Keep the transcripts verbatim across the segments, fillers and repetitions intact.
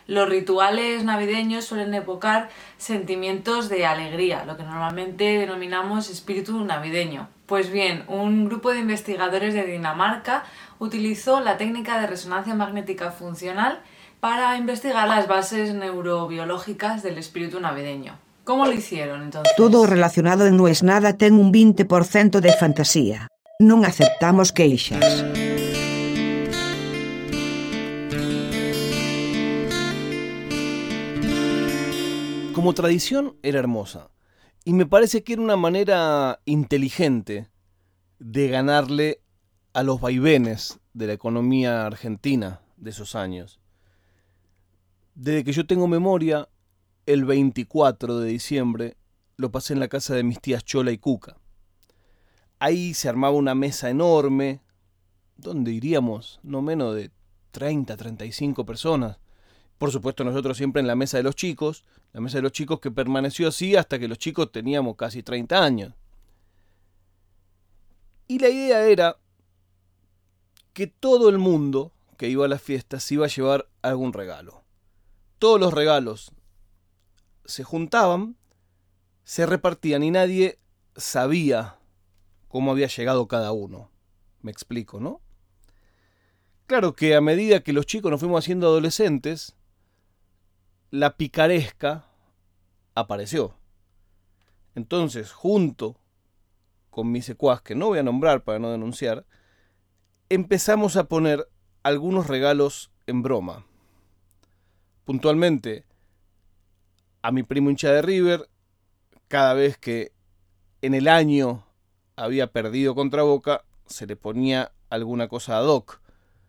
Los rituales navideños suelen evocar sentimientos de alegría, lo que normalmente denominamos espíritu navideño. Pues bien, un grupo de investigadores de Dinamarca utilizó la técnica de resonancia magnética funcional para investigar las bases neurobiológicas del espíritu navideño. ¿Cómo lo hicieron entonces? Todo relacionado en No es nada ten un veinte por ciento de fantasía. Non aceptamos queixas. Como tradición era hermosa, y me parece que era una manera inteligente de ganarle a los vaivenes de la economía argentina de esos años. Desde que yo tengo memoria, el veinticuatro de diciembre lo pasé en la casa de mis tías Chola y Cuca. Ahí se armaba una mesa enorme, donde iríamos no menos de treinta, treinta y cinco personas. Por supuesto, nosotros siempre en la mesa de los chicos, la mesa de los chicos que permaneció así hasta que los chicos teníamos casi treinta años. Y la idea era que todo el mundo que iba a las fiestas se iba a llevar algún regalo. Todos los regalos se juntaban, se repartían y nadie sabía cómo había llegado cada uno. Me explico, ¿no? Claro que a medida que los chicos nos fuimos haciendo adolescentes, la picaresca apareció. Entonces, junto con mi secuaz, que no voy a nombrar para no denunciar, empezamos a poner algunos regalos en broma. Puntualmente, a mi primo hincha de River, cada vez que en el año había perdido contra Boca, se le ponía alguna cosa ad hoc.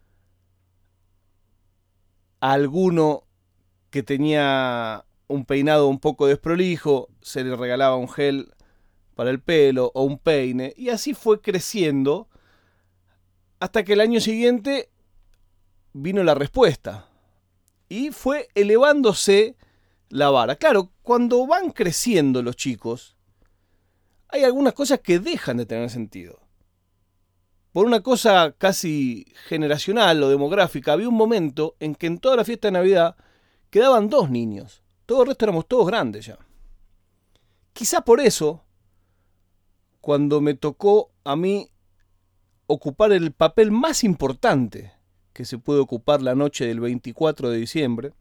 A alguno que tenía un peinado un poco desprolijo, se le regalaba un gel para el pelo o un peine, y así fue creciendo hasta que el año siguiente vino la respuesta y fue elevándose la vara. Claro, cuando van creciendo los chicos, hay algunas cosas que dejan de tener sentido. Por una cosa casi generacional o demográfica, había un momento en que en toda la fiesta de Navidad quedaban dos niños. Todo el resto éramos todos grandes ya. Quizá por eso, cuando me tocó a mí ocupar el papel más importante que se puede ocupar la noche del veinticuatro de diciembre,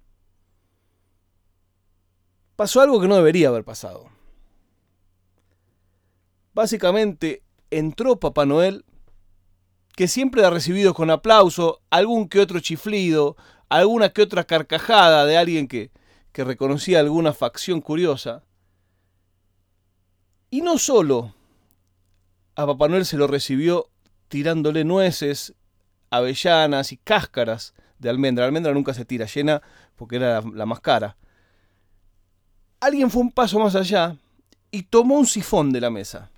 pasó algo que no debería haber pasado. Básicamente, entró Papá Noel, que siempre ha recibido con aplauso, algún que otro chiflido, alguna que otra carcajada de alguien que, que reconocía alguna facción curiosa. Y no solo a Papá Noel se lo recibió tirándole nueces, avellanas y cáscaras de almendra. La almendra nunca se tira llena porque era la, la más cara. Alguien fue un paso más allá y tomó un sifón de la mesa.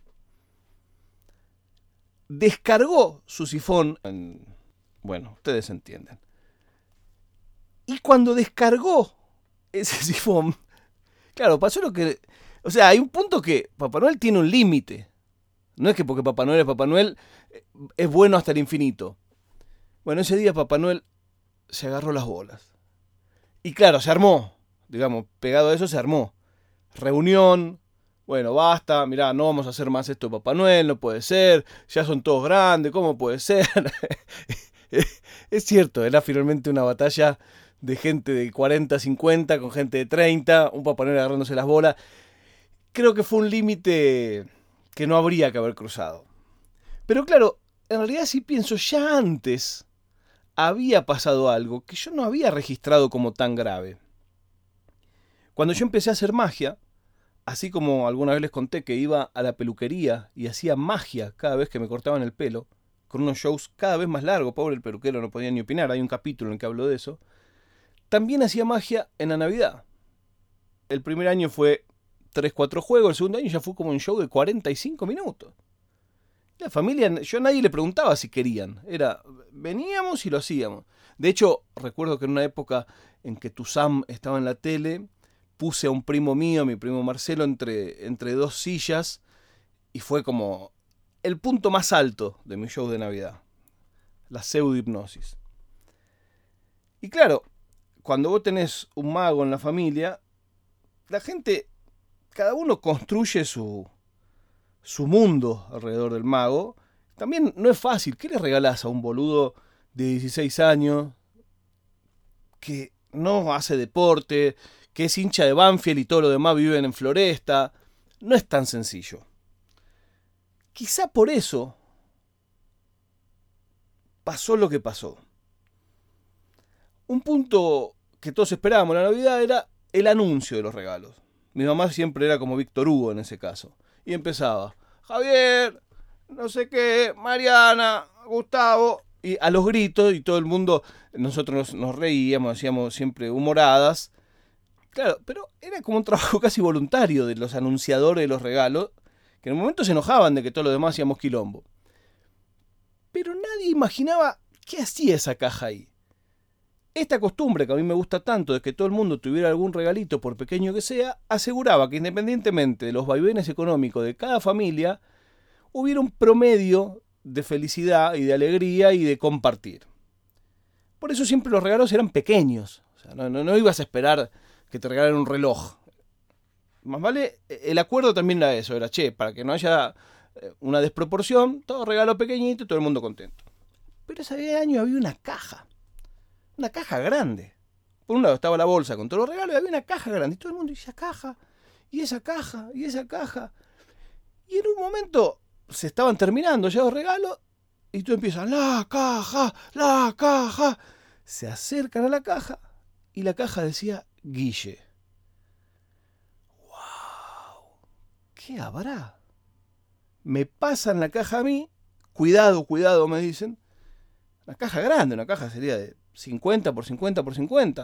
Descargó su sifón en... Bueno, ustedes entienden. Y cuando descargó ese sifón, claro, pasó lo que... O sea, hay un punto que Papá Noel tiene un límite. No es que porque Papá Noel es Papá Noel, es bueno hasta el infinito. Bueno, ese día Papá Noel se agarró las bolas. Y claro, se armó. Digamos, pegado a eso se armó. Reunión. Bueno, basta, mirá, no vamos a hacer más esto de Papá Noel, no puede ser, ya son todos grandes, ¿cómo puede ser? Es cierto, era finalmente una batalla de gente de cuarenta, cincuenta con gente de treinta, un Papá Noel agarrándose las bolas. Creo que fue un límite que no habría que haber cruzado. Pero claro, en realidad si pienso, ya antes había pasado algo que yo no había registrado como tan grave. Cuando yo empecé a hacer magia, así como alguna vez les conté que iba a la peluquería y hacía magia cada vez que me cortaban el pelo, con unos shows cada vez más largos, pobre el peluquero no podía ni opinar, hay un capítulo en el que hablo de eso, también hacía magia en la Navidad. El primer año fue tres, cuatro juegos, el segundo año ya fue como un show de cuarenta y cinco minutos. La familia, yo a nadie le preguntaba si querían, era, veníamos y lo hacíamos. De hecho, recuerdo que en una época en que Tuzam estaba en la tele, puse a un primo mío, mi primo Marcelo, entre, entre dos sillas y fue como el punto más alto de mi show de Navidad. La pseudo-hipnosis. Y claro, cuando vos tenés un mago en la familia, la gente, cada uno construye su, su mundo alrededor del mago. También no es fácil. ¿Qué le regalás a un boludo de dieciséis años que no hace deporte, que es hincha de Banfield y todo lo demás viven en Floresta? No es tan sencillo. Quizá por eso pasó lo que pasó. Un punto que todos esperábamos en la Navidad era el anuncio de los regalos. Mi mamá siempre era como Víctor Hugo en ese caso. Y empezaba, Javier, no sé qué, Mariana, Gustavo, y a los gritos, y todo el mundo, nosotros nos, nos reíamos, hacíamos siempre humoradas. Claro, pero era como un trabajo casi voluntario de los anunciadores de los regalos, que en un momento se enojaban de que todo lo demás hacíamos quilombo. Pero nadie imaginaba qué hacía esa caja ahí. Esta costumbre que a mí me gusta tanto de que todo el mundo tuviera algún regalito, por pequeño que sea, aseguraba que independientemente de los vaivenes económicos de cada familia, hubiera un promedio de felicidad y de alegría y de compartir. Por eso siempre los regalos eran pequeños. O sea, no, no, no ibas a esperar que te regalaran un reloj. Más vale, el acuerdo también era eso, era, che, para que no haya una desproporción, todo regalo pequeñito y todo el mundo contento. Pero ese año había una caja. Una caja grande. Por un lado estaba la bolsa con todos los regalos y había una caja grande. Y todo el mundo decía caja, y esa caja, y esa caja. Y en un momento se estaban terminando ya los regalos y tú empiezas, la caja, la caja. Se acercan a la caja y la caja decía Guille. ¡Wow! ¿Qué habrá? Me pasan la caja a mí. Cuidado, cuidado, me dicen. Una caja grande, una caja sería de cincuenta por cincuenta por cincuenta.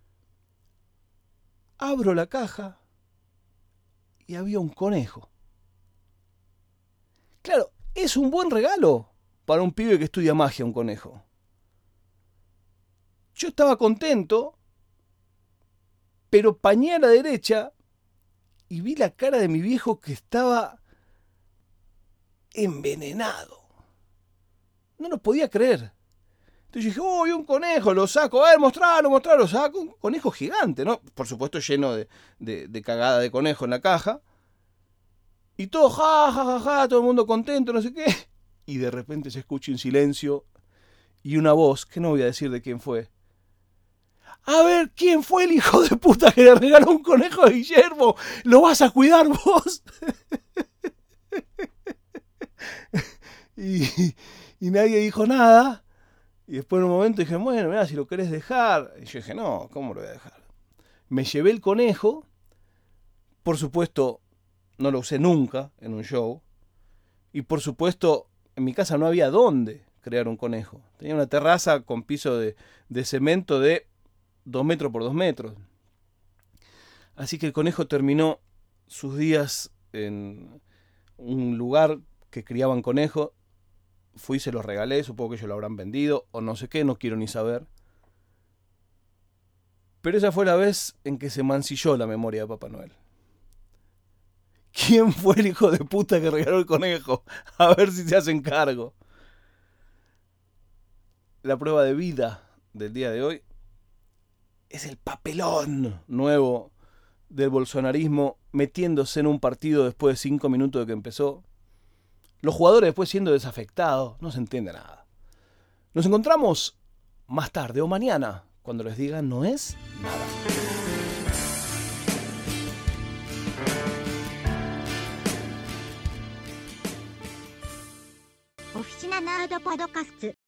Abro la caja y había un conejo. Claro, es un buen regalo para un pibe que estudia magia, un conejo. Yo estaba contento, pero pañé a la derecha y vi la cara de mi viejo que estaba envenenado. No lo podía creer. Entonces dije, uy, un conejo, lo saco, a ver, mostralo, mostralo, saco. Un conejo gigante, ¿no? Por supuesto lleno de, de, de cagada de conejo en la caja. Y todo, ja, ja, ja, ja, todo el mundo contento, no sé qué. Y de repente se escucha un silencio y una voz, que no voy a decir de quién fue. A ver, ¿quién fue el hijo de puta que le regaló un conejo a Guillermo? ¿Lo vas a cuidar vos? y, y nadie dijo nada. Y después en un momento dije, bueno, mirá, si lo querés dejar. Y yo dije, no, ¿cómo lo voy a dejar? Me llevé el conejo. Por supuesto, no lo usé nunca en un show. Y por supuesto, en mi casa no había dónde crear un conejo. Tenía una terraza con piso de, de cemento de dos metros por dos metros. Así que el conejo terminó sus días en un lugar que criaban conejos. Fui y se los regalé, supongo que ellos lo habrán vendido o no sé qué, no quiero ni saber. Pero esa fue la vez en que se mancilló la memoria de Papá Noel. ¿Quién fue el hijo de puta que regaló el conejo? A ver si se hacen cargo. La prueba de vida del día de hoy es el papelón nuevo del bolsonarismo metiéndose en un partido después de cinco minutos de que empezó. Los jugadores después siendo desafectados, no se entiende nada. Nos encontramos más tarde o mañana, cuando les diga no es nada. オフィシナナードポドカスツ